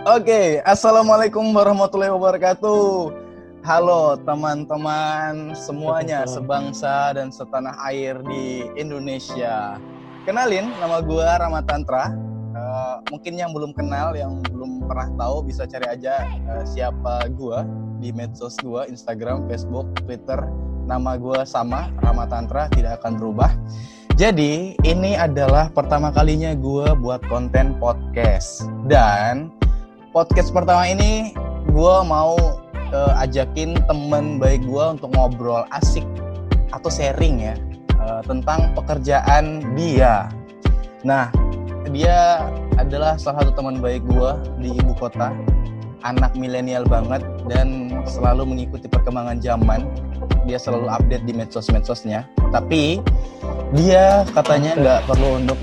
Oke, assalamualaikum warahmatullahi wabarakatuh. Halo teman-teman semuanya, sebangsa dan setanah air di Indonesia. Kenalin, nama gue Rama Tantra. Mungkin yang belum kenal, yang belum pernah tahu, bisa cari aja siapa gue di medsos gue, Instagram, Facebook, Twitter. Nama gue sama, Rama Tantra, tidak akan berubah. Jadi, ini adalah pertama kalinya gue buat konten podcast. Dan podcast pertama ini gue mau ajakin temen baik gue untuk ngobrol asik atau sharing ya tentang pekerjaan dia. Nah, dia adalah salah satu teman baik gue di ibu kota, anak milenial banget dan selalu mengikuti perkembangan zaman. Dia selalu update di medsos-medsosnya. Tapi dia katanya nggak perlu untuk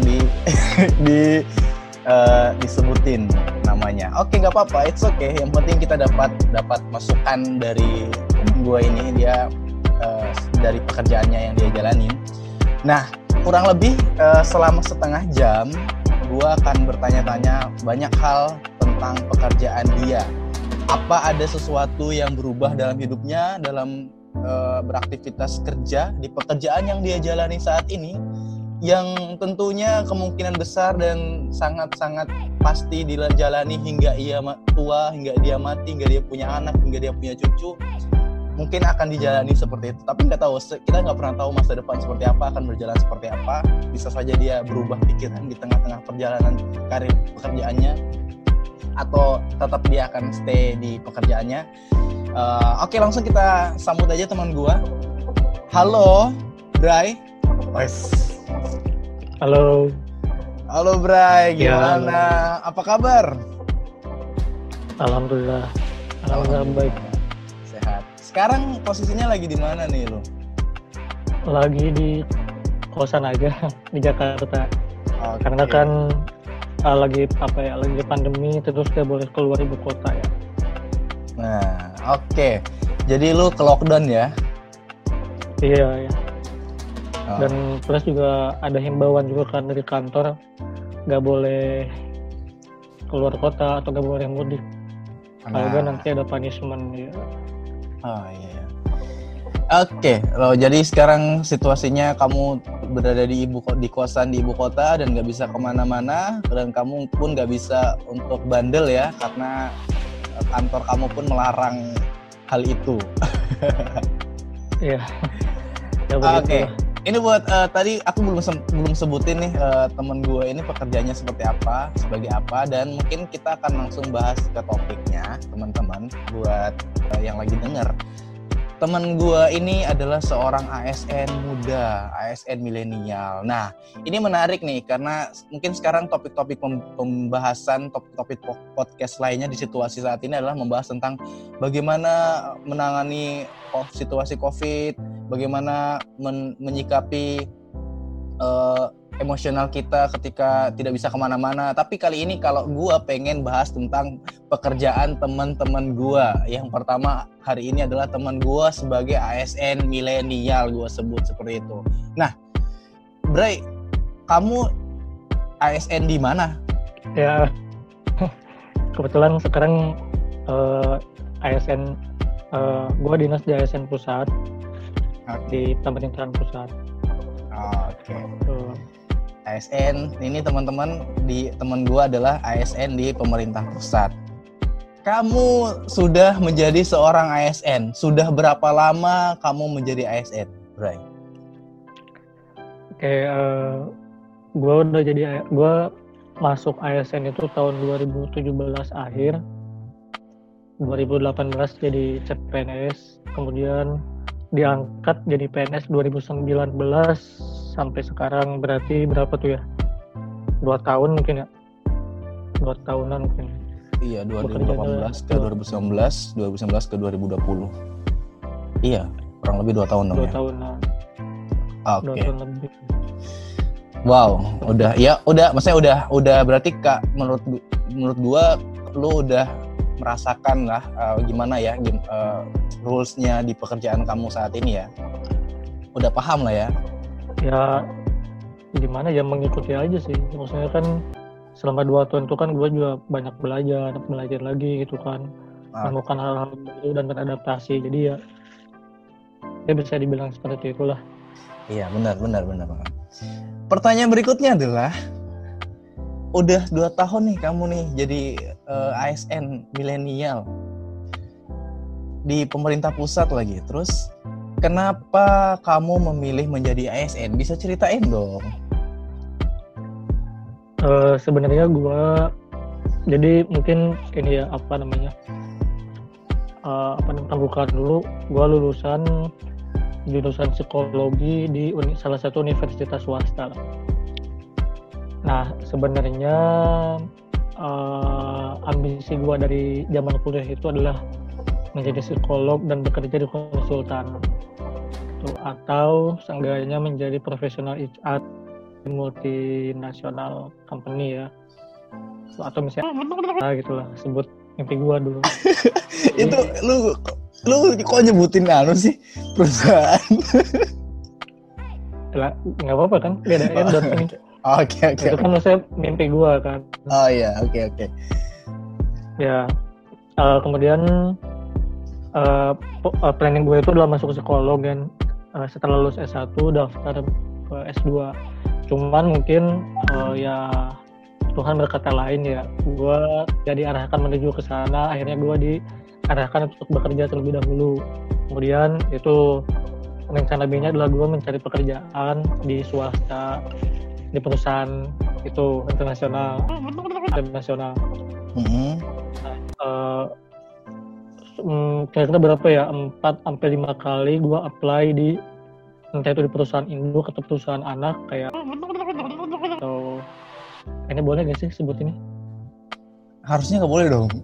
disebutin namanya. Oke, nggak apa-apa, it's okay. Yang penting kita dapat masukan dari temen gue ini, dia dari pekerjaannya yang dia jalanin. Nah, kurang lebih selama setengah jam gue akan bertanya-tanya banyak hal tentang pekerjaan dia. Apa ada sesuatu yang berubah dalam hidupnya, dalam beraktivitas kerja di pekerjaan yang dia jalani saat ini, yang tentunya kemungkinan besar dan sangat-sangat pasti dijalani hingga ia tua, hingga dia mati, hingga dia punya anak, hingga dia punya cucu. Mungkin akan dijalani seperti itu, tapi nggak tahu, kita nggak pernah tahu masa depan seperti apa, akan berjalan seperti apa. Bisa saja dia berubah pikiran di tengah-tengah perjalanan karir pekerjaannya, atau tetap dia akan stay di pekerjaannya. Oke, langsung kita sambut aja teman gua. Halo, Bray. Halo. Halo, Bray. Gimana? Ya, apa kabar? Alhamdulillah baik. Sehat. Sekarang posisinya lagi di mana nih lo? Lagi di kosan aja di Jakarta. Okay. Karena kan lagi pandemi, terus gak boleh keluar ibu kota ya. Nah, oke. Jadi lu ke lockdown ya? Iya. Dan plus juga ada himbauan juga kan dari kantor, gak boleh keluar kota atau gak boleh mudik. Kalau nanti ada punishment ya. Oh iya. Oke, jadi sekarang situasinya kamu berada di kosan di ibu kota dan nggak bisa kemana-mana, dan kamu pun nggak bisa untuk bandel ya, karena kantor kamu pun melarang hal itu. Iya. Oke. Ini buat tadi aku belum sebutin nih temen gue ini pekerjaannya seperti apa, sebagai apa, dan mungkin kita akan langsung bahas ke topiknya, teman-teman, buat yang lagi denger. Temen gue ini adalah seorang ASN muda, ASN milenial. Nah, ini menarik nih karena mungkin sekarang topik-topik pembahasan, topik-topik podcast lainnya di situasi saat ini adalah membahas tentang bagaimana menangani situasi COVID, bagaimana menyikapi emosional kita ketika tidak bisa kemana-mana. Tapi kali ini kalau gue pengen bahas tentang pekerjaan teman-teman gue. Yang pertama hari ini adalah teman gue sebagai ASN milenial, gue sebut seperti itu. Nah, Bray, kamu ASN di mana? Ya, kebetulan sekarang ASN, gue dinas di ASN pusat, di pemerintahan pusat. Oke. ASN ini teman-teman, teman gue adalah ASN di pemerintah pusat. Kamu sudah menjadi seorang ASN. Sudah berapa lama kamu menjadi ASN, Bray? Oke, gue masuk ASN itu tahun 2017 akhir, 2018 jadi CPNS, kemudian diangkat jadi PNS 2019 sampai sekarang, berarti berapa tuh ya? 2 tahun mungkin ya? 2 tahunan mungkin. Iya, 2018 ke 2019, 2019 ke 2020. Iya, kurang lebih 2 tahun dong ya? 2 tahunan. Oke. 2 tahun lebih. Wow, maksudnya udah berarti Kak, menurut gua lu udah merasakan lah gimana ya rules-nya di pekerjaan kamu saat ini ya. Udah paham lah ya. Ya gimana ya, mengikuti aja sih. Maksudnya kan selama 2 tahun itu kan gue juga banyak belajar lagi gitu kan, menemukan hal-hal baru dan beradaptasi. Jadi ya bisa dibilang seperti itulah. Iya, benar. Pertanyaan berikutnya adalah, udah 2 tahun nih kamu nih jadi ASN milenial di pemerintah pusat lagi. Terus kenapa kamu memilih menjadi ASN? Bisa ceritain dong. Sebenarnya gue, jadi mungkin ini ya pembukaan dulu. Gue lulusan jurusan psikologi di salah satu universitas swasta. Nah, sebenarnya ambisi gue dari zaman kuliah itu adalah menjadi psikolog dan bekerja di konsultan, atau seenggaknya menjadi profesional HR multinasional company ya, atau misalnya gitulah sebut mimpi gue dulu. Itu lu kok nyebutin sih perusahaan? Nggak apa-apa kan, gak ada endorse ini. Oke. Itu kan maksudnya mimpi gue kan. Oh iya, oke. Ya, kemudian planning gue itu adalah masuk psikolog kan. Setelah lulus S1 daftar ke S2. Cuman mungkin ya Tuhan berkata lain ya. Gue jadi arahkan menuju ke sana. Akhirnya gue diarahkan untuk bekerja terlebih dahulu. Kemudian itu rencana B-nya adalah gue mencari pekerjaan di swasta, di perusahaan itu internasional. Kira-kira berapa ya, 4-5 kali gue apply di, entah itu di perusahaan induk atau perusahaan anak kayak atau ini boleh gak sih sebut ini? Harusnya nggak boleh dong.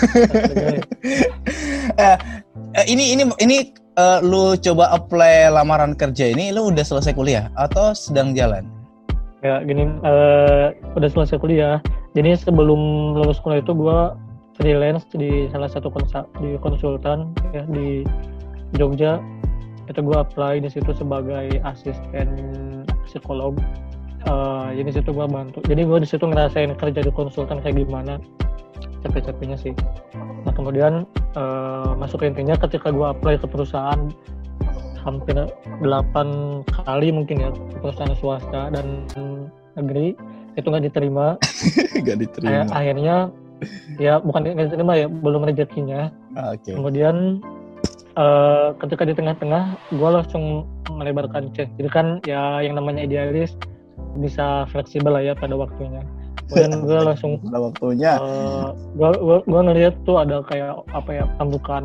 Ini lu coba apply lamaran kerja ini, lu udah selesai kuliah atau sedang jalan? Ya gini, udah selesai kuliah. Jadi sebelum lulus kuliah itu gue freelance di salah satu konsultan ya di Jogja. Itu gue apply di situ sebagai asisten psikolog. Jadi situ gue bantu. Jadi gue di situ ngerasain kerja di konsultan kayak gimana, capek-capeknya sih. Nah kemudian masuk intinya ketika gue apply ke perusahaan hampir 8 kali mungkin ya, perusahaan swasta dan negeri, itu nggak diterima. Akhirnya ya bukan nggak diterima ya, belum rezekinya. Okay. Kemudian ketika di tengah-tengah gue langsung melebarkan cek. Jadi kan ya yang namanya idealis bisa fleksibel lah ya pada waktunya. Kemudian gue langsung pada waktunya gue ngeliat tuh ada kayak pembukaan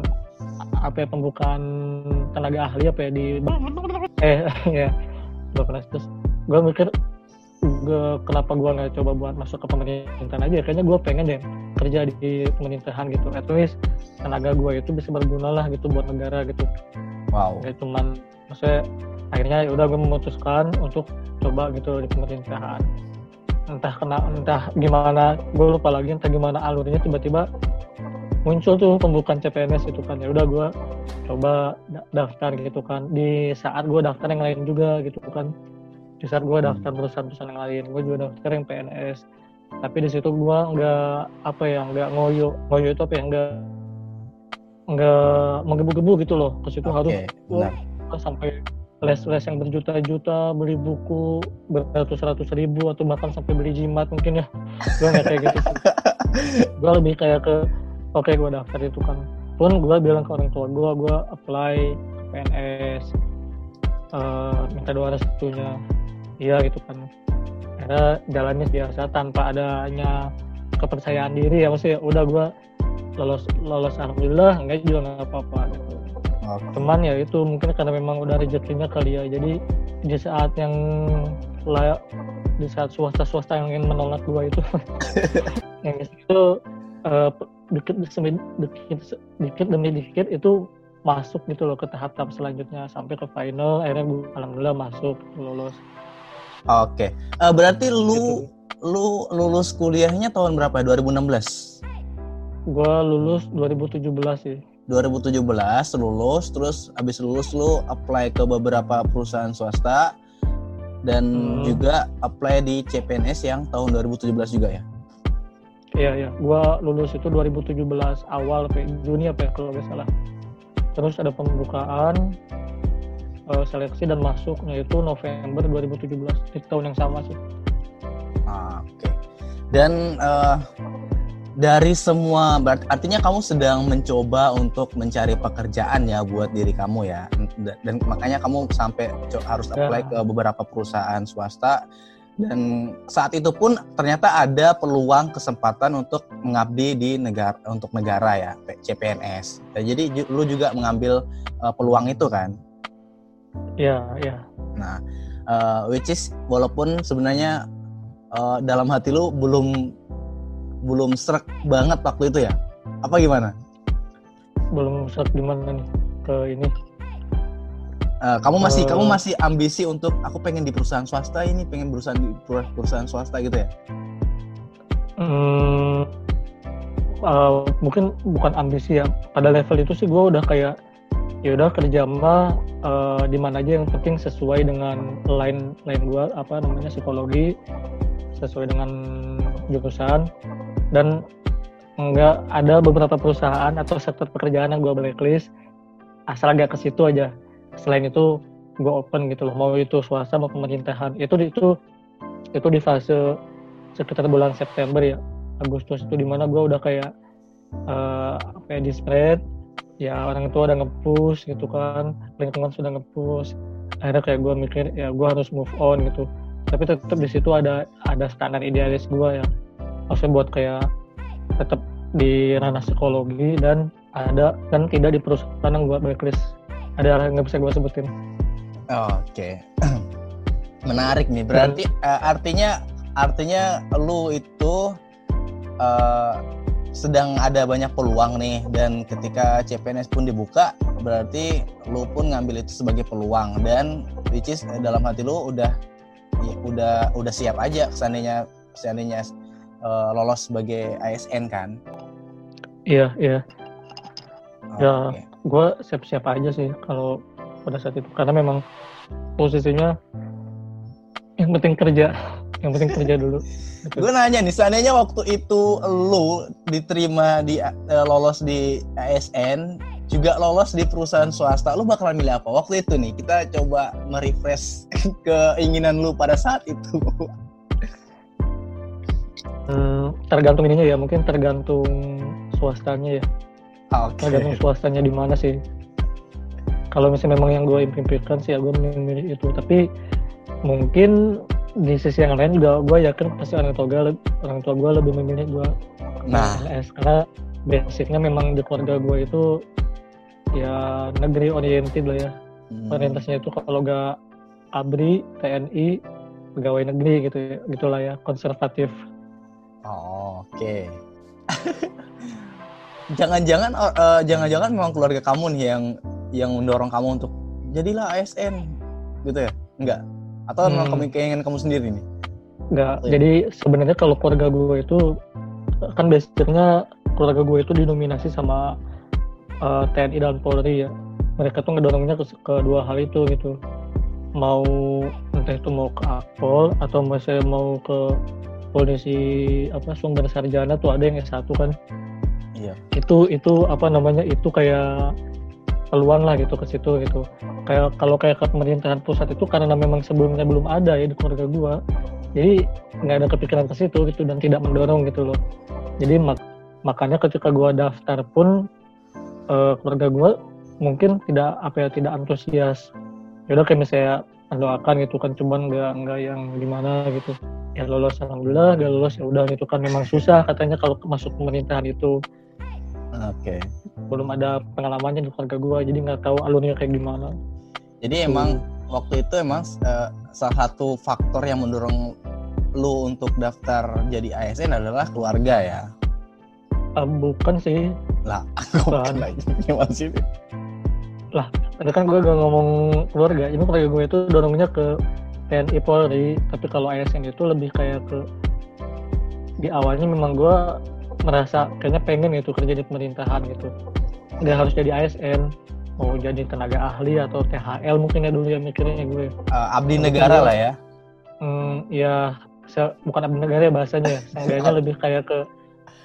tenaga ahli di ya terus gue mikir kenapa gue nggak coba buat masuk ke pemerintahan aja. Kayaknya gue pengen deh kerja di pemerintahan gitu, at least tenaga gue itu bisa berguna lah gitu buat negara gitu. Wow. Kayak cuman maksudnya akhirnya udah gue memutuskan untuk coba gitu di pemerintahan. Entah gimana, gue lupa lagi entah gimana alurnya, tiba-tiba muncul tuh pembukaan CPNS itu kan. Ya udah gue coba daftar gitu kan. Di saat gue daftar yang lain juga gitu kan. Di saat gue daftar perusahaan-perusahaan yang lain, gue juga daftar yang PNS. Tapi di situ gue nggak ngoyo itu nggak menggebu-gebu gitu loh. Ke situ harus sampai les yang berjuta-juta, beli buku beratus-ratus ribu, atau bahkan sampai beli jimat mungkin ya. Gue nggak kayak gitu sih. Gue lebih kayak ke oke, gue daftar itu kan. Pun gue bilang ke orang tua gue apply ke PNS, minta doa restunya. Iya gitu kan. Karena jalannya biasa tanpa adanya kepercayaan diri ya, maksudnya udah gue lolos alhamdulillah, enggak juga nggak apa-apa gitu. Okay. Cuman ya itu mungkin karena memang udah rezekinya kali ya. Jadi di saat swasta yang ingin menolak gue itu yang itu dikit demi dikit itu masuk gitu loh ke tahap selanjutnya sampai ke final. Akhirnya gue alhamdulillah masuk, lolos. Oke. Berarti lu lulus kuliahnya tahun berapa ya? 2016? Gue lulus 2017 sih. 2017 lulus, terus abis lulus lu apply ke beberapa perusahaan swasta dan juga apply di CPNS yang tahun 2017 juga ya? Iya. Gua lulus itu 2017 awal, Juni apa ya kalau nggak salah. Terus ada pembukaan, seleksi dan masuknya itu November 2017 di tahun yang sama sih. Oke. Dan dari semua, artinya kamu sedang mencoba untuk mencari pekerjaan ya buat diri kamu ya, dan makanya kamu sampai harus apply ke beberapa perusahaan swasta, dan saat itu pun ternyata ada peluang kesempatan untuk mengabdi di negara ya, CPNS. Jadi lu juga mengambil peluang itu kan? Iya. Nah, which is walaupun sebenarnya dalam hati lu belum srek banget waktu itu ya? Apa gimana? Belum srek gimana nih ke ini? Kamu masih ambisi untuk aku pengen di perusahaan swasta ini, pengen berusaha di perusahaan swasta gitu ya? Mungkin bukan ambisi ya. Pada level itu sih gue udah kayak ya udah kerja mah di mana aja yang penting sesuai dengan line gue psikologi, sesuai dengan jurusan. Dan enggak ada beberapa perusahaan atau sektor pekerjaan yang gue blacklist asal agak ke situ aja. Selain itu gue open gitu loh, mau itu swasta mau pemerintahan. Itu di fase sekitar bulan September ya, Agustus itu dimana gue udah kayak desperate ya, orang tua udah nge-push gitu kan, lingkungan sudah nge-push. Akhirnya kayak gue mikir ya gue harus move on gitu. Tapi tetap di situ ada standar idealis gue ya. Maksudnya buat kayak tetap di ranah psikologi dan tidak di perusahaan yang gue blacklist. Ada yang nggak bisa gue sebutin. Oke. Menarik nih. Berarti artinya lu itu sedang ada banyak peluang nih, dan ketika CPNS pun dibuka, berarti lu pun ngambil itu sebagai peluang, dan which is dalam hati lu udah siap aja seandainya lolos sebagai ASN kan? Iya. Ya, gue siap-siap aja sih kalau pada saat itu, karena memang posisinya yang penting kerja dulu. Gitu. Gue nanya nih, seandainya waktu itu lu diterima lolos di ASN, juga lolos di perusahaan swasta, lu bakalan milih apa? Waktu itu nih, kita coba merefresh keinginan lu pada saat itu. Tergantung ininya ya, mungkin tergantung swastanya ya. Okay. Tergantung swastanya di mana sih. Kalau misalnya memang yang gue impikan sih ya gue memilih itu. Tapi mungkin di sisi yang lain juga gue yakin pasti orang tua gue lebih memilih gue PNS, karena basicnya memang di keluarga gue itu ya negeri oriented lah ya. Orientasinya itu kalau gak ABRI, TNI, pegawai negeri gitu ya, gitulah ya, konservatif. Oke. Jangan-jangan memang keluarga kamu nih yang mendorong kamu untuk jadilah ASN gitu ya? Enggak? Atau memang keinginan kamu sendiri nih? Enggak. Jadi sebenarnya kalau keluarga gue itu kan basicnya keluarga gue itu didominasi sama TNI dan Polri ya. Mereka tuh ngedorongnya ke dua hal itu gitu. Mau entah itu mau ke Akpol atau misalnya mau ke polisi sumber sarjana tuh ada yang S1 kan. Iya. Itu itu kayak peluang lah gitu ke situ gitu. Kayak kalau kayak ke pemerintahan pusat itu karena memang sebelumnya belum ada ya di keluarga gua. Jadi nggak ada kepikiran ke situ gitu dan tidak mendorong gitu loh. Jadi makanya ketika gua daftar pun keluarga gua mungkin tidak antusias. Ya udah kayak misalnya mendoakan gitu kan, cuman nggak yang gimana gitu. Ya lolos alhamdulillah, gak lolos ya udah, itu kan memang susah katanya kalau masuk pemerintahan itu. Oke. Belum ada pengalamannya di keluarga gue, jadi nggak tahu alurnya kayak gimana. Jadi emang waktu itu salah satu faktor yang mendorong lu untuk daftar jadi ASN adalah keluarga ya? Bukan sih. Lah, bukan lagi. Gimana sih? Lah, tadi kan gue gak ngomong keluarga. Ini keluarga gue itu dorongnya ke TNI Polri, tapi kalau ASN itu lebih kayak ke di awalnya memang gue merasa kayaknya pengen itu kerja di pemerintahan gitu, nggak harus jadi ASN, mau jadi tenaga ahli atau THL mungkin ya dulu ya mikirnya gue. Abdi negara lah ya. Ya bukan abdi negara ya bahasanya ya, seenggaknya lebih kayak ke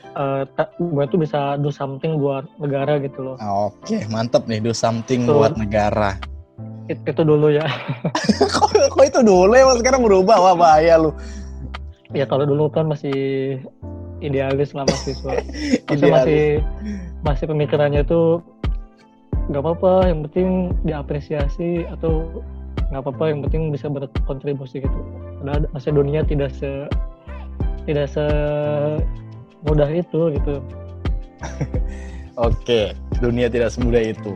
gue tuh bisa do something buat negara gitu loh. Oke, mantep nih, do something buat negara. Itu dulu ya. Kok itu dulu ya, sekarang berubah, wah bahaya lu. Ya kalau dulu kan masih idealis lah mahasiswa. Maksudnya masih pemikirannya tuh nggak apa-apa, yang penting diapresiasi, atau nggak apa-apa, yang penting bisa berkontribusi gitu. Padahal masa dunia tidak semudah itu gitu. Oke, dunia tidak semudah itu.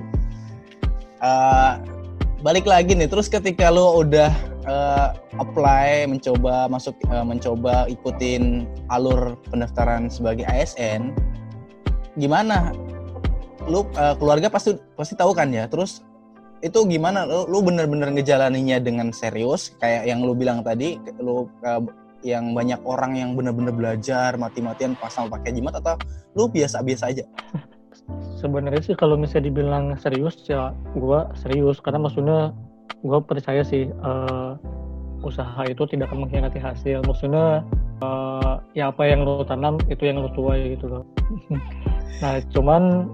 Balik lagi nih, terus ketika lo udah apply, mencoba ikutin alur pendaftaran sebagai ASN, gimana? Lu keluarga pasti tahu kan ya. Terus itu gimana? Lu bener-bener ngejalaninya dengan serius kayak yang lu bilang tadi, lu yang banyak orang yang bener-bener belajar mati-matian pasang pakai jimat, atau lu biasa-biasa aja? Sebenarnya sih kalau misalnya dibilang serius ya gue serius, karena maksudnya gue percaya sih usaha itu tidak akan mengkhianati hasil. Maksudnya ya apa yang lo tanam itu yang lo tuai gitu loh. Nah cuman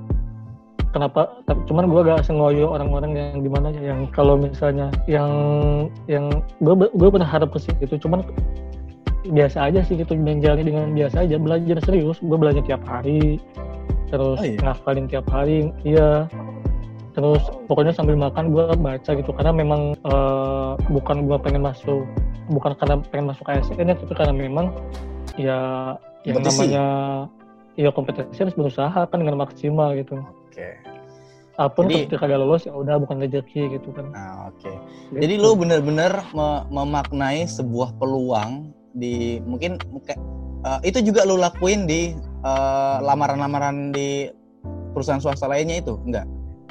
gue gak sengoyo orang-orang yang gimana ya, yang kalau misalnya yang gue pernah harap ke situ, cuman biasa aja sih gitu, menjalani dengan biasa aja. Belajar serius, gue belajar tiap hari, terus ngafalin tiap hari, iya. Terus pokoknya sambil makan gue baca gitu, karena memang bukan gue pengen masuk, bukan karena pengen masuk ASN ya, tapi karena memang ya yang namanya ya kompetisi harus berusaha kan dengan maksimal gitu. Oke. Apapun ketika kagak lolos ya udah bukan rezeki gitu kan. Oke. Gitu. Jadi lu benar-benar memaknai sebuah peluang di mungkin itu juga lu lakuin di lamaran-lamaran di perusahaan swasta lainnya itu, enggak?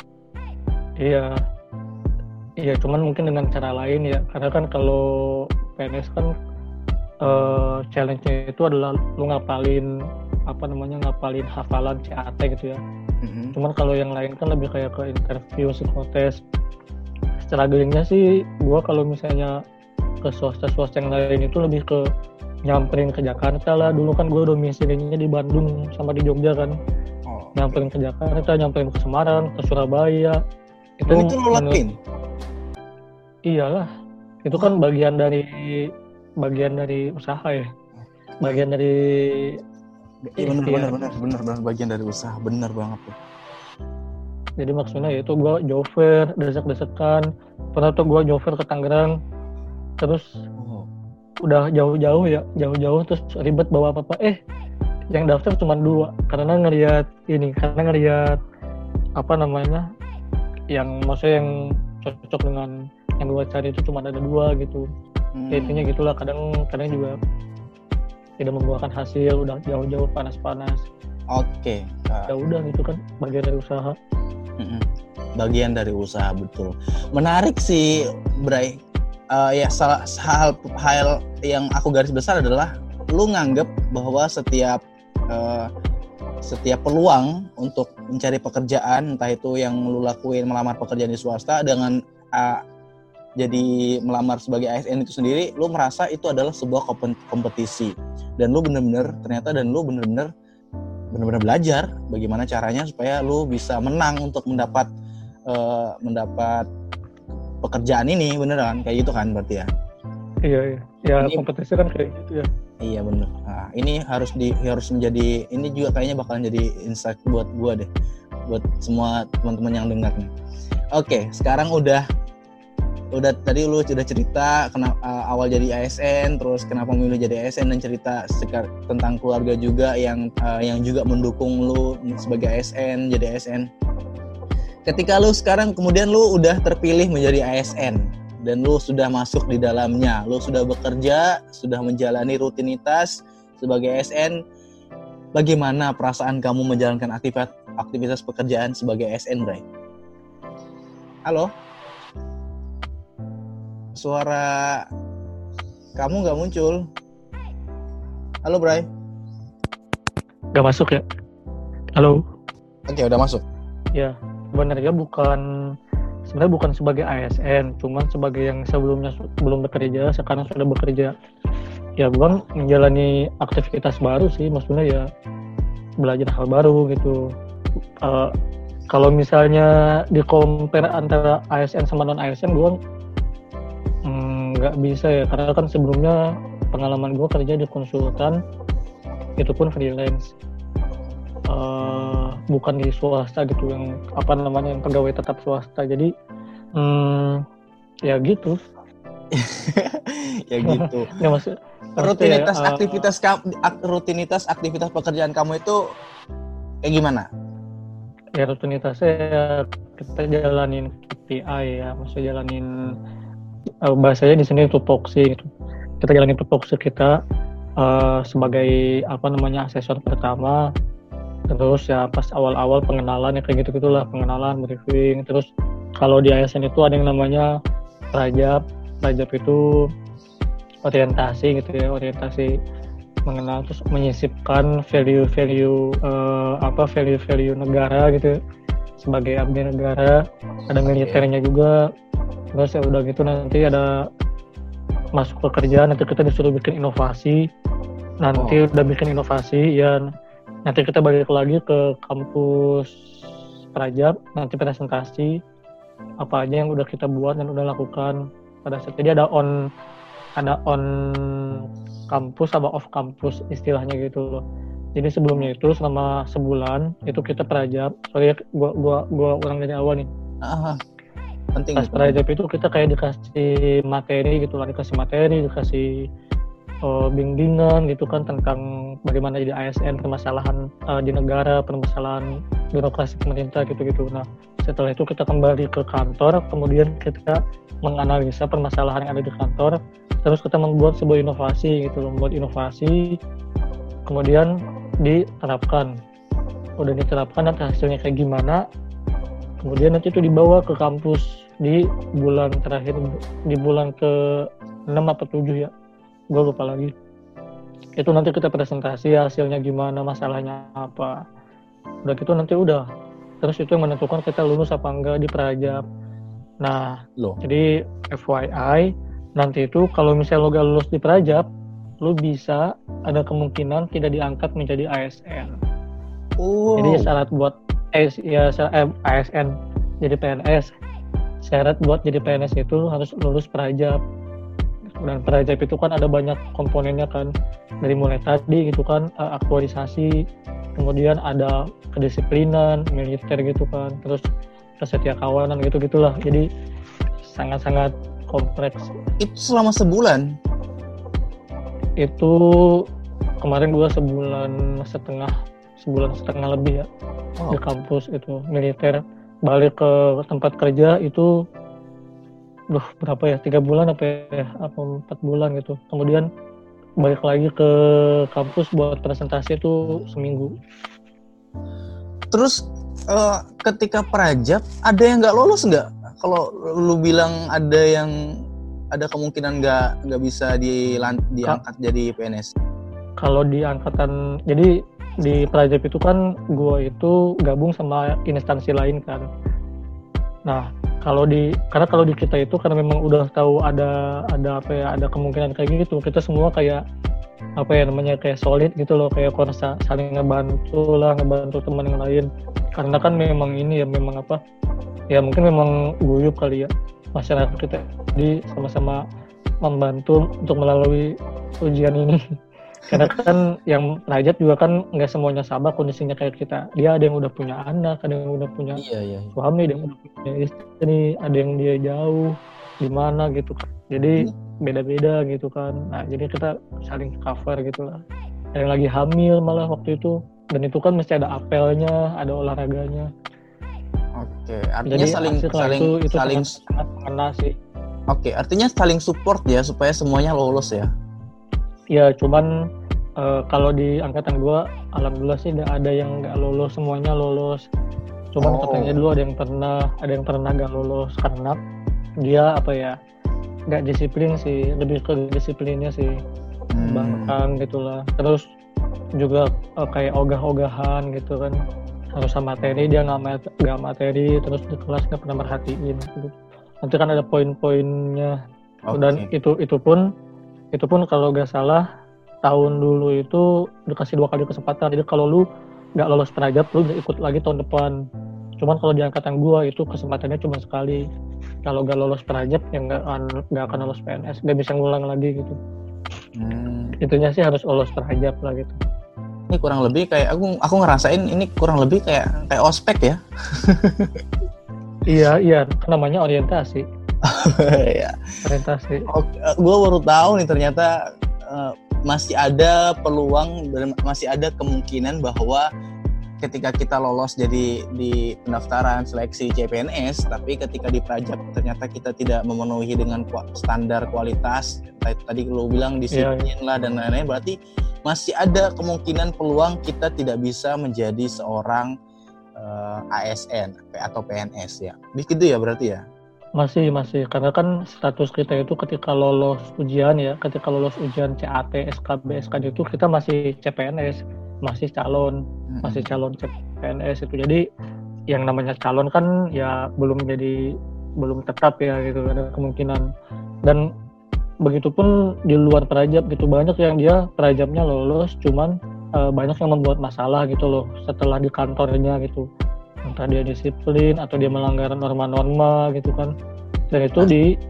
Iya, cuman mungkin dengan cara lain ya. Karena kan kalau PNS kan challenge-nya itu adalah lu ngapalin hafalan CAT gitu ya. Mm-hmm. Cuman kalau yang lain kan lebih kayak ke interview, psikotes. Strugglingnya sih gue kalau misalnya ke swasta yang lain itu lebih ke nyamperin ke Jakarta lah. Dulu kan gue domisilinya di Bandung sama di Jogja kan. Nyamperin ke Jakarta, nyamperin ke Semarang, ke Surabaya. Itu lo lakuin? Iyalah. Itu kan bagian dari usaha ya. Bagian dari benar bagian dari usaha, benar banget tuh. Jadi maksudnya itu gue jover, desek-desekan. Pernah tuh gue jover ke Tangerang, terus udah jauh-jauh terus ribet bawa apa-apa. Yang daftar cuma 2 karena ngelihat yang maksudnya yang cocok dengan yang gue cari itu cuma ada 2 gitu. Intinya gitulah, kadang juga tidak membuahkan hasil, udah jauh-jauh panas-panas. Oke. Ya udah gitu kan bagian dari usaha. Bagian dari usaha, betul. Menarik sih, Bray. Ya salah hal yang aku garis besar adalah lu nganggep bahwa setiap peluang untuk mencari pekerjaan, entah itu yang lu lakuin melamar pekerjaan di swasta dengan jadi melamar sebagai ASN itu sendiri, lu merasa itu adalah sebuah kompetisi, dan lu benar-benar belajar bagaimana caranya supaya lu bisa menang untuk mendapat pekerjaan ini, beneran kayak gitu kan berarti ya? Iya. Ya ini, kompetisi kan kayak gitu ya. Iya bener. Nah, ini harus menjadi, ini juga kayaknya bakalan jadi insight buat gua deh, buat semua teman-teman yang dengar nih. Oke, sekarang udah tadi lu sudah cerita kenapa awal jadi ASN, terus kenapa memilih jadi ASN, dan cerita tentang keluarga juga yang juga mendukung lu sebagai ASN, jadi ASN. Ketika lu sekarang kemudian lu udah terpilih menjadi ASN dan lu sudah masuk di dalamnya, lu sudah bekerja, sudah menjalani rutinitas sebagai ASN, bagaimana perasaan kamu menjalankan aktivitas pekerjaan sebagai ASN, Bray? Halo? Suara kamu nggak muncul. Halo, Bray. Nggak masuk ya? Halo. Oke, udah masuk. Ya, sebenarnya bukan sebagai ASN, cuman sebagai yang sebelumnya belum bekerja, sekarang sudah bekerja. Ya, gua menjalani aktivitas baru sih, maksudnya ya belajar hal baru gitu. Kalau misalnya di compare antara ASN sama non ASN, gue nggak bisa ya, karena kan sebelumnya pengalaman gue kerja di konsultan itu pun freelance, bukan di swasta gitu, yang yang pegawai tetap swasta. Jadi ya gitu. Ya gitu. Ya, maksud, rutinitas aktivitas pekerjaan kamu itu kayak gimana? Ya rutinitasnya ya, kita jalanin KPI ya, maksudnya jalanin bahasanya di sini tupoksi gitu. Kita jalanin tupoksi kita sebagai asesor pertama. Terus ya pas awal-awal pengenalan ya kayak gitu-gitulah, pengenalan, briefing. Terus kalau di ASN itu ada yang namanya Prajab itu orientasi gitu ya, orientasi mengenal, terus menyisipkan value negara gitu sebagai abdi negara. Ada militernya juga. Terus ya udah gitu nanti ada masuk ke kerjaan, nanti kita disuruh bikin inovasi. Udah bikin inovasi ya, nanti kita balik lagi ke kampus Prajab, nanti presentasi apa aja yang udah kita buat dan udah lakukan pada saat. Jadi ada on kampus sama off kampus istilahnya gitu loh. Jadi sebelumnya itu selama sebulan itu kita Prajab. Soalnya gua orang dari awal nih. Penting. Pas Prajab itu kita kayak dikasih materi gitu lah, dikasih bimbingan gitu kan tentang bagaimana jadi ASN, permasalahan di negara, permasalahan birokrasi pemerintah gitu-gitu. Nah, setelah itu kita kembali ke kantor, kemudian kita menganalisa permasalahan yang ada di kantor, terus kita membuat sebuah inovasi gitu, kemudian diterapkan. Udah diterapkan, nanti hasilnya kayak gimana, kemudian nanti itu dibawa ke kampus di bulan terakhir, di bulan ke-6 atau 7 ya, gue lupa lagi. Itu nanti kita presentasi hasilnya gimana, masalahnya apa. Udah gitu nanti udah. Terus itu yang menentukan kita lulus apa enggak di Prajab. Nah, jadi FYI, nanti itu kalau misalnya lo gak lulus di Prajab, lo bisa ada kemungkinan tidak diangkat menjadi ASN. Jadi syarat buat ASN jadi PNS, syarat buat jadi PNS itu harus lulus Prajab. Dan Prajab itu kan ada banyak komponennya kan, dari mulai tadi gitu kan, aktualisasi, kemudian ada kedisiplinan, militer gitu kan, terus kesetia kawanan gitu-gitulah. Jadi sangat-sangat kompleks. Itu selama sebulan? Itu kemarin gua sebulan setengah lebih ya di kampus itu militer. Balik ke tempat kerja itu berapa ya, 3 bulan apa 4 bulan gitu. Kemudian balik lagi ke kampus buat presentasi itu seminggu. Terus ketika Prajab ada yang nggak lolos nggak? Kalau lu bilang ada kemungkinan nggak bisa diangkat jadi PNS. Kalau di angkatan, jadi di Prajab itu kan gua itu gabung sama instansi lain kan. Nah, kalau di kita itu karena memang udah tahu ada kemungkinan kayak gitu, kita semua kayak kayak solid gitu loh, kayak korsa, saling ngebantu teman yang lain. Karena kan memang ini ya mungkin memang guyup kali ya masyarakat kita, jadi sama-sama membantu untuk melalui ujian ini. Karena kan yang Prajab juga kan nggak semuanya sama kondisinya kayak kita. Dia ada yang udah punya anak, ada yang udah punya suami, ada yang udah punya istri, ada yang dia jauh di mana gitu. Jadi beda-beda gitu kan. Nah, jadi kita saling cover gitu lah. Ada yang lagi hamil malah waktu itu. Dan itu kan mesti ada apelnya, ada olahraganya. Oke, artinya jadi, saling sangat mengena sih. Oke, artinya saling support ya supaya semuanya lolos ya. Ya, cuman kalau di angkatan gue, alhamdulillah sih ada yang nggak lolos, semuanya lolos. Cuman katanya dulu ada yang pernah nggak lolos karena dia nggak disiplin sih, lebih ke disiplinnya sih, bangkang gitulah. Terus juga kayak ogah-ogahan gitu kan, harus sama materi, dia nggak materi, terus di kelas nggak pernah merhatiin gitu. Nanti kan ada poin-poinnya. Dan itu pun kalau nggak salah tahun dulu itu dikasih 2 kali kesempatan. Jadi kalau lu nggak lolos prajab, lu bisa ikut lagi tahun depan. Cuman kalau di angkatan gua itu kesempatannya cuma sekali. Kalau nggak lolos prajab ya nggak akan lolos PNS, nggak bisa ngulang lagi gitu. Itunya sih harus lolos prajab lah gitu. Ini kurang lebih kayak aku ngerasain ini kurang lebih kayak ospek ya. Iya, namanya orientasi. Ya. Orientasi. Gue baru tahu nih ternyata masih ada peluang dan masih ada kemungkinan bahwa ketika kita lolos jadi di pendaftaran seleksi CPNS, tapi ketika di prajab ternyata kita tidak memenuhi dengan standar kualitas, tadi lo bilang disiplin lah dan lain-lain, berarti masih ada kemungkinan peluang kita tidak bisa menjadi seorang ASN atau PNS ya. Begitu ya berarti ya? Masih, karena kan status kita itu ketika lolos ujian CAT, SKB, SKD itu kita masih CPNS, masih calon CPNS itu. Jadi yang namanya calon kan ya belum tetap ya gitu, ada kemungkinan. Dan begitupun di luar prajab gitu, banyak yang dia prajabnya lolos, cuman banyak yang membuat masalah gitu loh setelah di kantornya gitu. Entah dia disiplin atau dia melanggar norma-norma gitu kan. Dan itu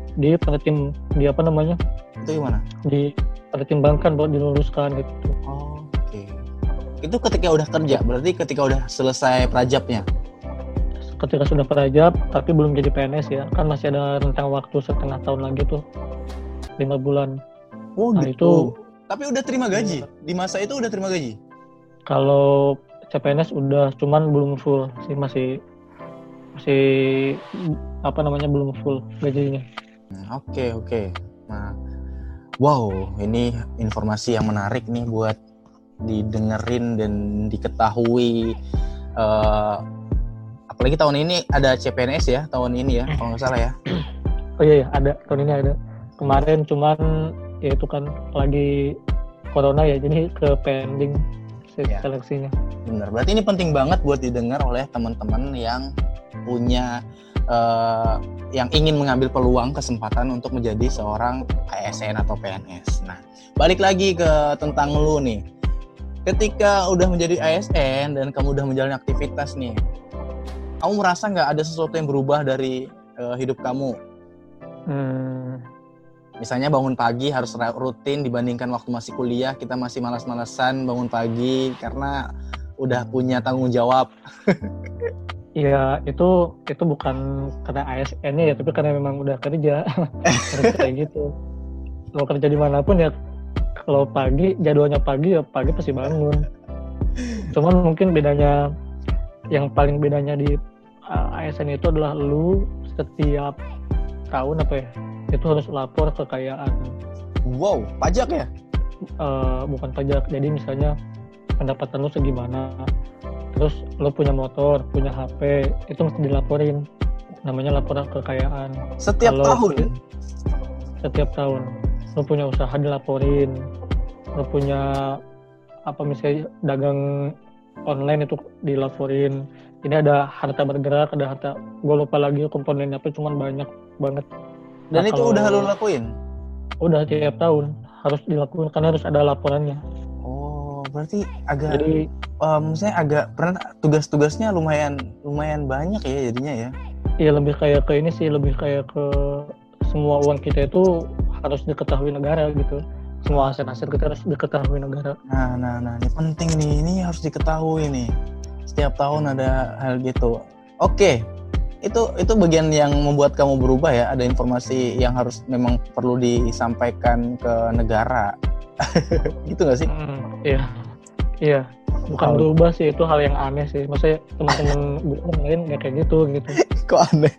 Itu gimana? Dipertimbangkan buat diluruskan gitu. Oh, oke. Itu ketika udah kerja, berarti ketika udah selesai prajabnya? Ketika sudah prajab tapi belum jadi PNS ya, kan masih ada rentang waktu setengah tahun lagi tuh, 5 bulan. Oh nah, gitu. Tapi udah terima gaji? Di masa itu udah terima gaji? Kalau CPNS udah, cuman belum full sih, masih belum full gajinya. Oke. Nah, wow, ini informasi yang menarik nih buat didengerin dan diketahui. Apalagi tahun ini ada CPNS ya, tahun ini ya, kalau nggak salah ya. Oh iya, ada, tahun ini ada. Kemarin cuman ya itu kan lagi corona ya, jadi ke pending seleksinya. Benar, berarti ini penting banget buat didengar oleh teman-teman yang punya yang ingin mengambil peluang kesempatan untuk menjadi seorang ASN atau PNS. Nah, balik lagi ke tentang lu nih. Ketika udah menjadi ASN dan kamu udah menjalani aktivitas nih, kamu merasa nggak ada sesuatu yang berubah dari hidup kamu? Misalnya bangun pagi harus rutin dibandingkan waktu masih kuliah, kita masih malas-malasan bangun pagi karena udah punya tanggung jawab. Iya, itu bukan karena ASN-nya ya, tapi karena memang udah kerja. Harus kayak gitu. Mau kerja dimanapun ya, kalau jadwalnya pagi pasti bangun. Cuman mungkin yang paling bedanya di ASN itu adalah lu setiap tahun itu harus lapor kekayaan. Wow, pajak ya? Bukan pajak. Jadi misalnya pendapatan lu segimana, terus lu punya motor, punya HP, itu mesti dilaporin. Namanya laporan kekayaan. Setiap tahun? Setiap tahun. Lu punya usaha dilaporin. Lu punya misalnya dagang online itu dilaporin. Ini ada harta bergerak, ada harta, gue lupa lagi komponennya apa, cuman banyak banget. Dan itu udah lo lakuin? Udah, tiap tahun harus dilakuin karena harus ada laporannya. Oh, berarti misalnya agak pernah tugas-tugasnya lumayan banyak ya jadinya ya? Iya, lebih kayak ke ini sih, lebih kayak ke semua uang kita itu harus diketahui negara gitu. Semua aset-aset kita harus diketahui negara. Nah, ini penting nih, ini harus diketahui nih. Setiap tahun ada hal gitu. Oke. Itu bagian yang membuat kamu berubah ya, ada informasi yang harus memang perlu disampaikan ke negara. Gitu nggak sih? Iya. Bukan berubah sih, itu hal yang aneh sih. Maksudnya teman-teman gue lain nggak kayak gitu. Kok aneh?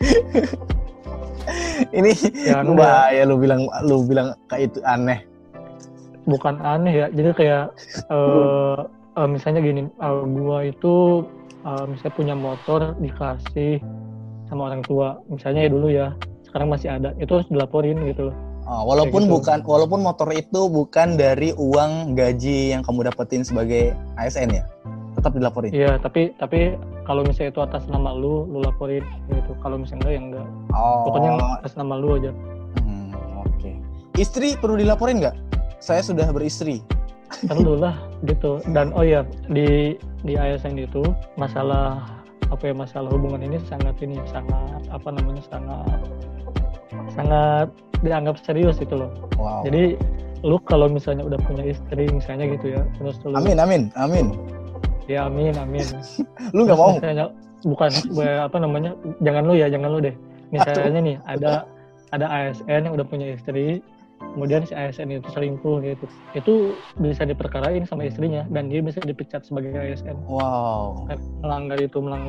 Ini bahaya lu bilang kayak itu aneh. Bukan aneh ya, jadi kayak misalnya gini, gua itu misalnya punya motor dikasih sama orang tua, misalnya ya dulu ya, sekarang masih ada, itu harus dilaporin gitu. Walaupun motor itu bukan dari uang gaji yang kamu dapetin sebagai ASN ya, tetap dilaporin. Iya, tapi kalau misalnya itu atas nama lu laporin gitu. Kalau misalnya enggak. Pokoknya atas nama lu aja. Oke. Istri perlu dilaporin nggak? Saya sudah beristri. Perlu lah. gitu. Dan oh ya, di ASN itu masalah hubungan ini sangat dianggap serius itu loh. Wow. Jadi lu kalau misalnya udah punya istri misalnya gitu ya, terus lu Amin. Ya amin. Lu nggak mau? Misalnya, bukan jangan lu deh. Misalnya nih ada ASN yang udah punya istri, kemudian si ASN itu selingkuh gitu. Itu bisa diperkarain sama istrinya dan dia bisa dipecat sebagai ASN. Wow. Melanggar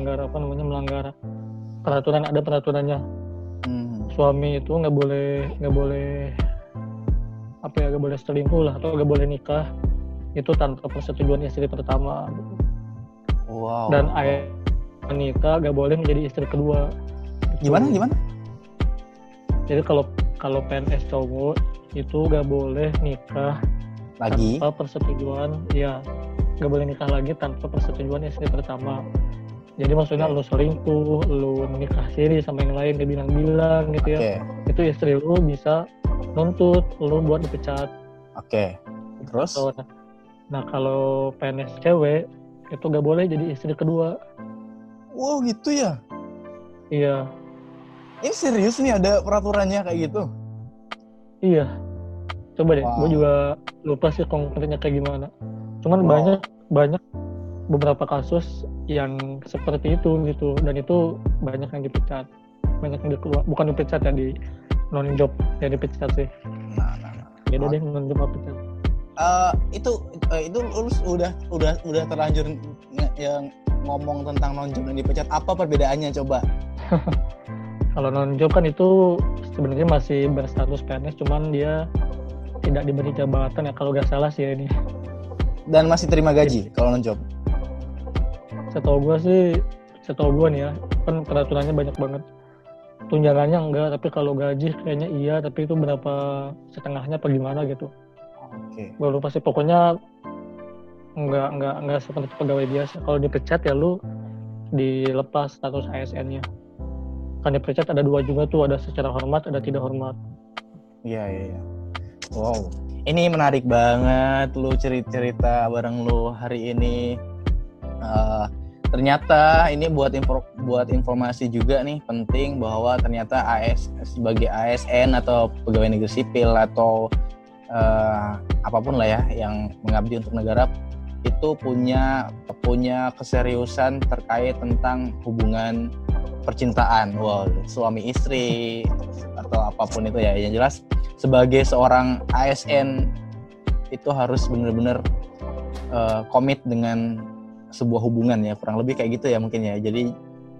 peraturan, ada peraturannya. Suami itu nggak boleh selingkuh lah, atau nggak boleh nikah itu tanpa persetujuan istri pertama. Wow. Dan nikah nggak boleh menjadi istri kedua. Gimana? Jadi kalau PNS cowok itu nggak boleh nikah lagi tanpa persetujuan, nggak boleh nikah lagi tanpa persetujuan istri pertama. Jadi maksudnya lu selingkuh, lu menikah siri sama yang lain, dia bilang gitu ya. Itu istri lu bisa nuntut lu buat dipecat. Oke. Terus? Nah kalau PNS cewek itu nggak boleh jadi istri kedua. Wow, gitu ya? Iya. Ini serius nih ada peraturannya kayak gitu? Iya. Coba deh, gue juga lupa sih konkretnya kayak gimana. Cuman banyak beberapa kasus yang seperti itu gitu, dan itu banyak yang dipecat, banyak yang dikeluar, bukan dipecat ya, di non job ya dipecat sih. Beda deh non job apa pecat. Itu lu udah terlanjur yang ngomong tentang non job dan dipecat, apa perbedaannya coba? Kalau non job kan itu sebenarnya masih berstatus PNS, cuman dia tidak diberi jabatan ya kalau nggak salah sih ya ini. Dan masih terima gaji kalau non job? Setahu gue nih ya, kan peraturannya banyak banget. Tunjangannya enggak, tapi kalau gaji kayaknya iya, tapi itu berapa setengahnya apa gimana gitu. Oke. Gue lupa sih, pokoknya enggak seperti pegawai biasa. Kalau dipecat ya lu dilepas status ASN-nya. Kan dipecat ada dua juga tuh, ada secara hormat, ada tidak hormat. Iya. Wow. Ini menarik banget lu cerita bareng lu hari ini. Ternyata ini buat informasi juga nih penting, bahwa ternyata sebagai ASN atau pegawai negeri sipil atau apapun lah ya yang mengabdi untuk negara itu punya keseriusan terkait tentang hubungan percintaan, suami istri atau apapun itu ya. Yang jelas sebagai seorang ASN itu harus benar-benar komit dengan sebuah hubungan ya, kurang lebih kayak gitu ya mungkin ya. Jadi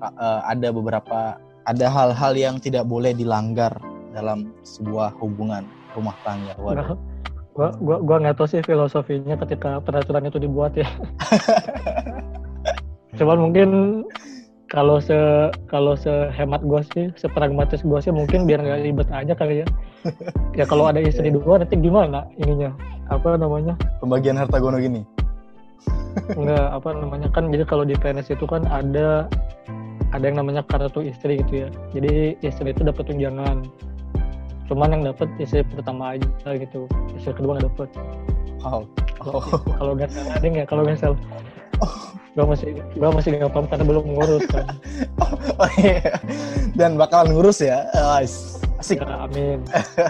ada hal-hal yang tidak boleh dilanggar dalam sebuah hubungan rumah tangga. Gua nggak tahu sih filosofinya ketika peraturan itu dibuat ya. Cuman mungkin kalau sehemat gue sih, sepragmatis gue sih, mungkin biar nggak ribet aja kali ya. Ya kalau ada istri dua nanti gimana ininya? Apa namanya? Pembagian harta gono gini. Enggak, kan jadi kalau di PNS itu kan ada yang namanya kartu istri gitu ya. Jadi istri itu dapat tunjangan. Cuman yang dapat istri pertama aja gitu. Istri kedua nggak dapat. Kalau nggak salah ding ya, kalau nggak salah. Gue masih nggak paham karena belum ngurus kan. Iya. Dan bakalan ngurus ya. Asik. Ya, amin.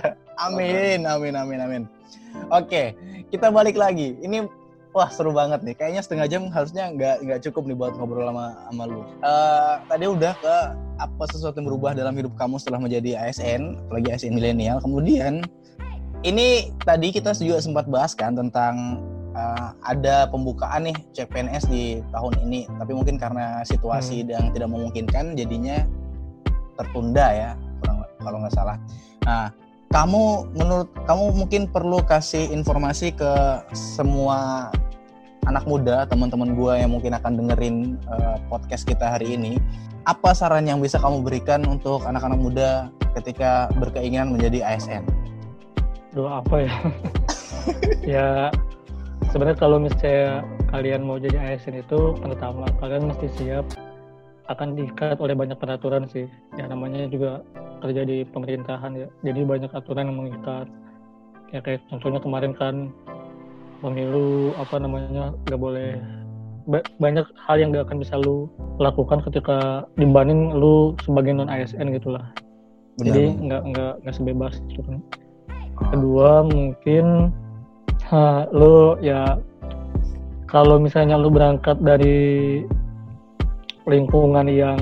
Amin. Oke, kita balik lagi. Ini wah seru banget nih. Kayaknya setengah jam harusnya nggak cukup nih buat ngobrol sama lu. Tadi udah ke apa sesuatu yang berubah dalam hidup kamu setelah menjadi ASN, apalagi ASN milenial. Kemudian ini tadi kita juga sempat bahas kan tentang ada pembukaan nih CPNS di tahun ini, tapi mungkin karena situasi yang tidak memungkinkan jadinya tertunda ya, kalau nggak salah. Nah, menurut kamu mungkin perlu kasih informasi ke semua anak muda, teman-teman gue yang mungkin akan dengerin podcast kita hari ini. Apa saran yang bisa kamu berikan untuk anak-anak muda ketika berkeinginan menjadi ASN? Apa ya? Ya sebenarnya kalau misalnya kalian mau jadi ASN itu, pertama kalian mesti siap akan diikat oleh banyak peraturan sih. Ya namanya juga kerja di pemerintahan ya. Jadi banyak aturan yang mengikat. Ya kayak contohnya kemarin kan pemilu, nggak boleh banyak hal yang gak akan bisa lu lakukan ketika dibanding lu sebagai non ASN gitulah. Jadi nggak sebebas gitu kan. Kedua mungkin lu ya kalau misalnya lu berangkat dari lingkungan yang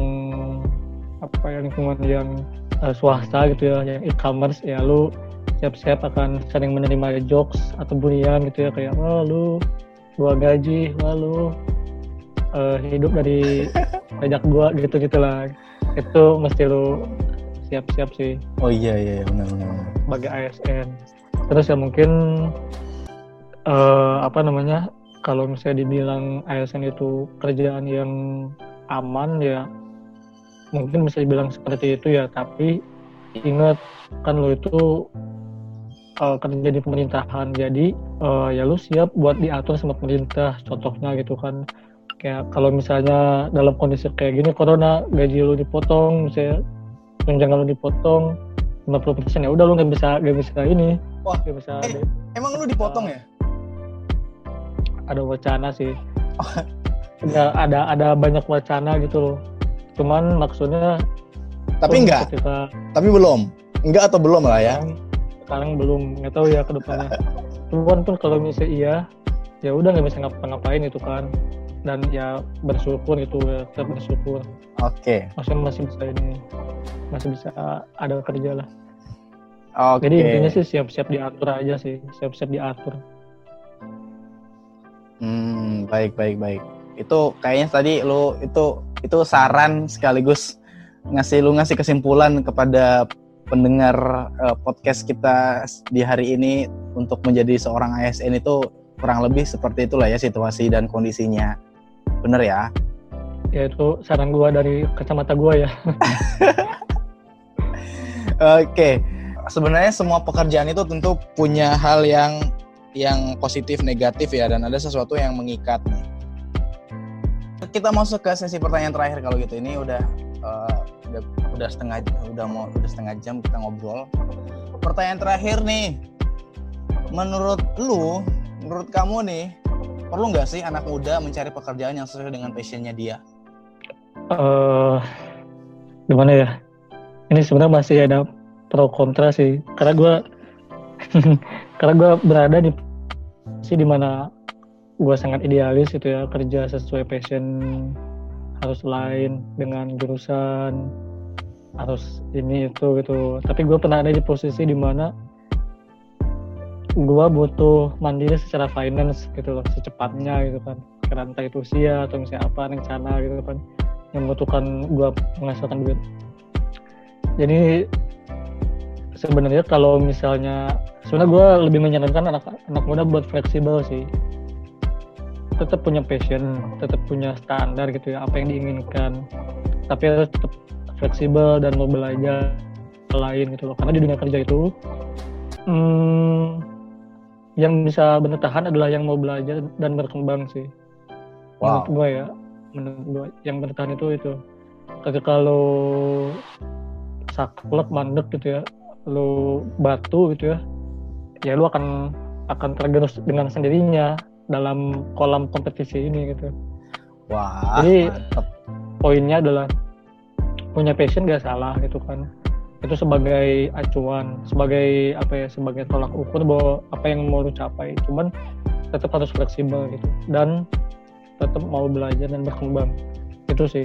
swasta gitu ya, yang e-commerce ya, lu siap-siap akan sering menerima jokes atau bulian gitu ya, kayak wah lu gua gaji, wah lu hidup dari pajak gua gitu-gitulah. Itu mesti lu siap-siap sih. Oh iya benar. Sebagai ASN. Terus ya mungkin kalau misalnya dibilang ASN itu kerjaan yang aman ya, mungkin bisa dibilang seperti itu ya, tapi ingat kan lo itu kerja di pemerintahan, jadi ya lo siap buat diatur sama pemerintah. Contohnya gitu kan, kayak kalau misalnya dalam kondisi kayak gini corona, gaji lo dipotong, misalnya tunjangan lo dipotong 50%, ya udah lo nggak bisa ini. Wah, gak bisa emang lo dipotong ya? Ada wacana sih. ada banyak wacana gitu loh. Cuman maksudnya tapi belum atau belum lah ya. Sekarang belum, nggak tahu ya ke depannya. Cuman pun kalau misalnya iya, ya udah nggak bisa ngapa-ngapain itu kan. Dan ya bersyukur gitu, tetap bersyukur. Oke. Masih bisa ada kerja lah. Oke. Jadi intinya sih siap-siap diatur aja sih, siap-siap diatur. Baik. Itu kayaknya tadi lu itu saran sekaligus ngasih kesimpulan kepada pendengar podcast kita di hari ini untuk menjadi seorang ASN itu kurang lebih seperti itulah ya situasi dan kondisinya. Bener ya? Ya itu saran gua dari kacamata gua ya. Oke. Sebenarnya semua pekerjaan itu tentu punya hal yang positif, negatif ya, dan ada sesuatu yang mengikat nih. Kita masuk ke sesi pertanyaan terakhir kalau gitu. Ini udah setengah jam kita ngobrol. Pertanyaan terakhir nih. Menurut kamu nih, perlu nggak sih anak muda mencari pekerjaan yang sesuai dengan passionnya dia? Gimana ya? Ini sebenarnya masih ada pro kontra sih. Karena gue berada di posisi dimana gue sangat idealis gitu ya, kerja sesuai passion, harus lain dengan jurusan, harus ini itu gitu. Tapi gue pernah ada di posisi dimana gue butuh mandiri secara finance gitu loh, secepatnya gitu kan, karena entah itu usia atau misalnya apa rencana gitu kan yang membutuhkan gue menghasilkan duit. Jadi sebenarnya kalau misalnya gue lebih menyarankan anak muda buat fleksibel sih, tetap punya passion, tetap punya standar gitu ya, apa yang diinginkan, tapi harus tetap fleksibel dan mau belajar lain gitu loh. Karena di dunia kerja itu yang bisa bertahan adalah yang mau belajar dan berkembang sih. Wow. Menurut gue yang bertahan itu ketika lo saklek mandek gitu ya, lo batu gitu ya lo akan tergerus dengan sendirinya dalam kolam kompetisi ini gitu. Wah. Jadi poinnya adalah punya passion gak salah gitu kan. Itu sebagai acuan, sebagai tolak ukur bahwa apa yang mau lu capai. Cuman tetap harus fleksibel gitu dan tetap mau belajar dan berkembang. Itu sih.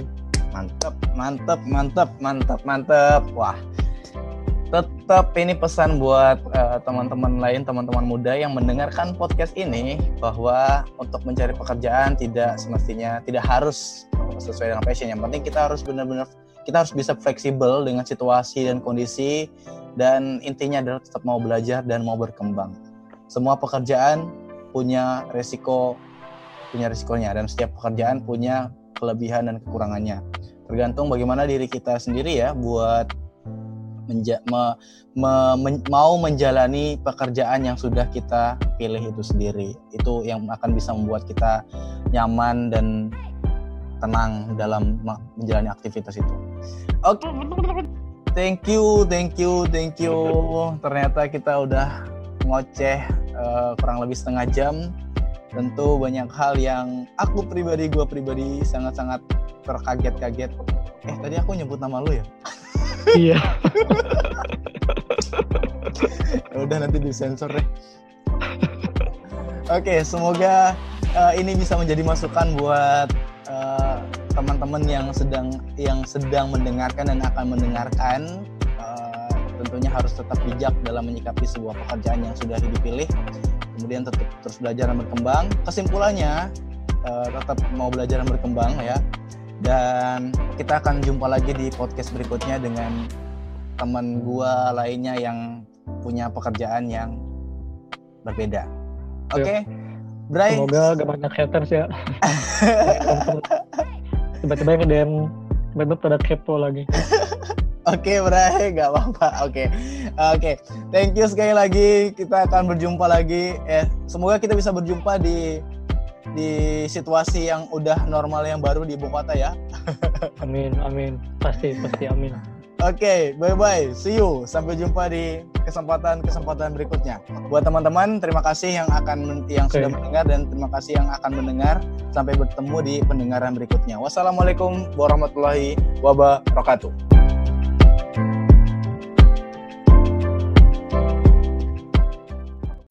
Mantap. Wah. Tetap ini pesan buat teman-teman muda yang mendengarkan podcast ini, bahwa untuk mencari pekerjaan tidak semestinya tidak harus sesuai dengan passion. Yang penting kita harus bisa fleksibel dengan situasi dan kondisi, dan intinya adalah tetap mau belajar dan mau berkembang. Semua pekerjaan punya resikonya, dan setiap pekerjaan punya kelebihan dan kekurangannya. Tergantung bagaimana diri kita sendiri ya buat mau menjalani pekerjaan yang sudah kita pilih itu sendiri. Itu yang akan bisa membuat kita nyaman dan tenang dalam menjalani aktivitas itu. Oke. Thank you. Ternyata kita udah ngoceh kurang lebih setengah jam. tentu banyak hal yang gue pribadi sangat-sangat terkaget-kaget. Tadi aku nyebut nama lu ya? Iya. Udah nanti disensor deh. Oke, semoga ini bisa menjadi masukan buat teman-teman yang sedang mendengarkan dan akan mendengarkan. Tentunya harus tetap bijak dalam menyikapi sebuah pekerjaan yang sudah dipilih. Kemudian tetap terus belajar dan berkembang. Kesimpulannya tetap mau belajar dan berkembang ya. Dan kita akan jumpa lagi di podcast berikutnya dengan teman gua lainnya yang punya pekerjaan yang berbeda. Oke. Bray. Semoga gak banyak haters ya. Tiba-tiba nge-DM, tiba-tiba pada kepo lagi. Oke, Bray, gak apa-apa. Oke. Thank you sekali lagi. Kita akan berjumpa lagi. Semoga kita bisa berjumpa di situasi yang udah normal yang baru di ibu kota ya. Amin. Pasti amin. Oke, bye-bye. See you. Sampai jumpa di kesempatan berikutnya. Buat teman-teman, terima kasih yang sudah mendengar dan terima kasih yang akan mendengar. Sampai bertemu di pendengaran berikutnya. Wassalamualaikum warahmatullahi wabarakatuh.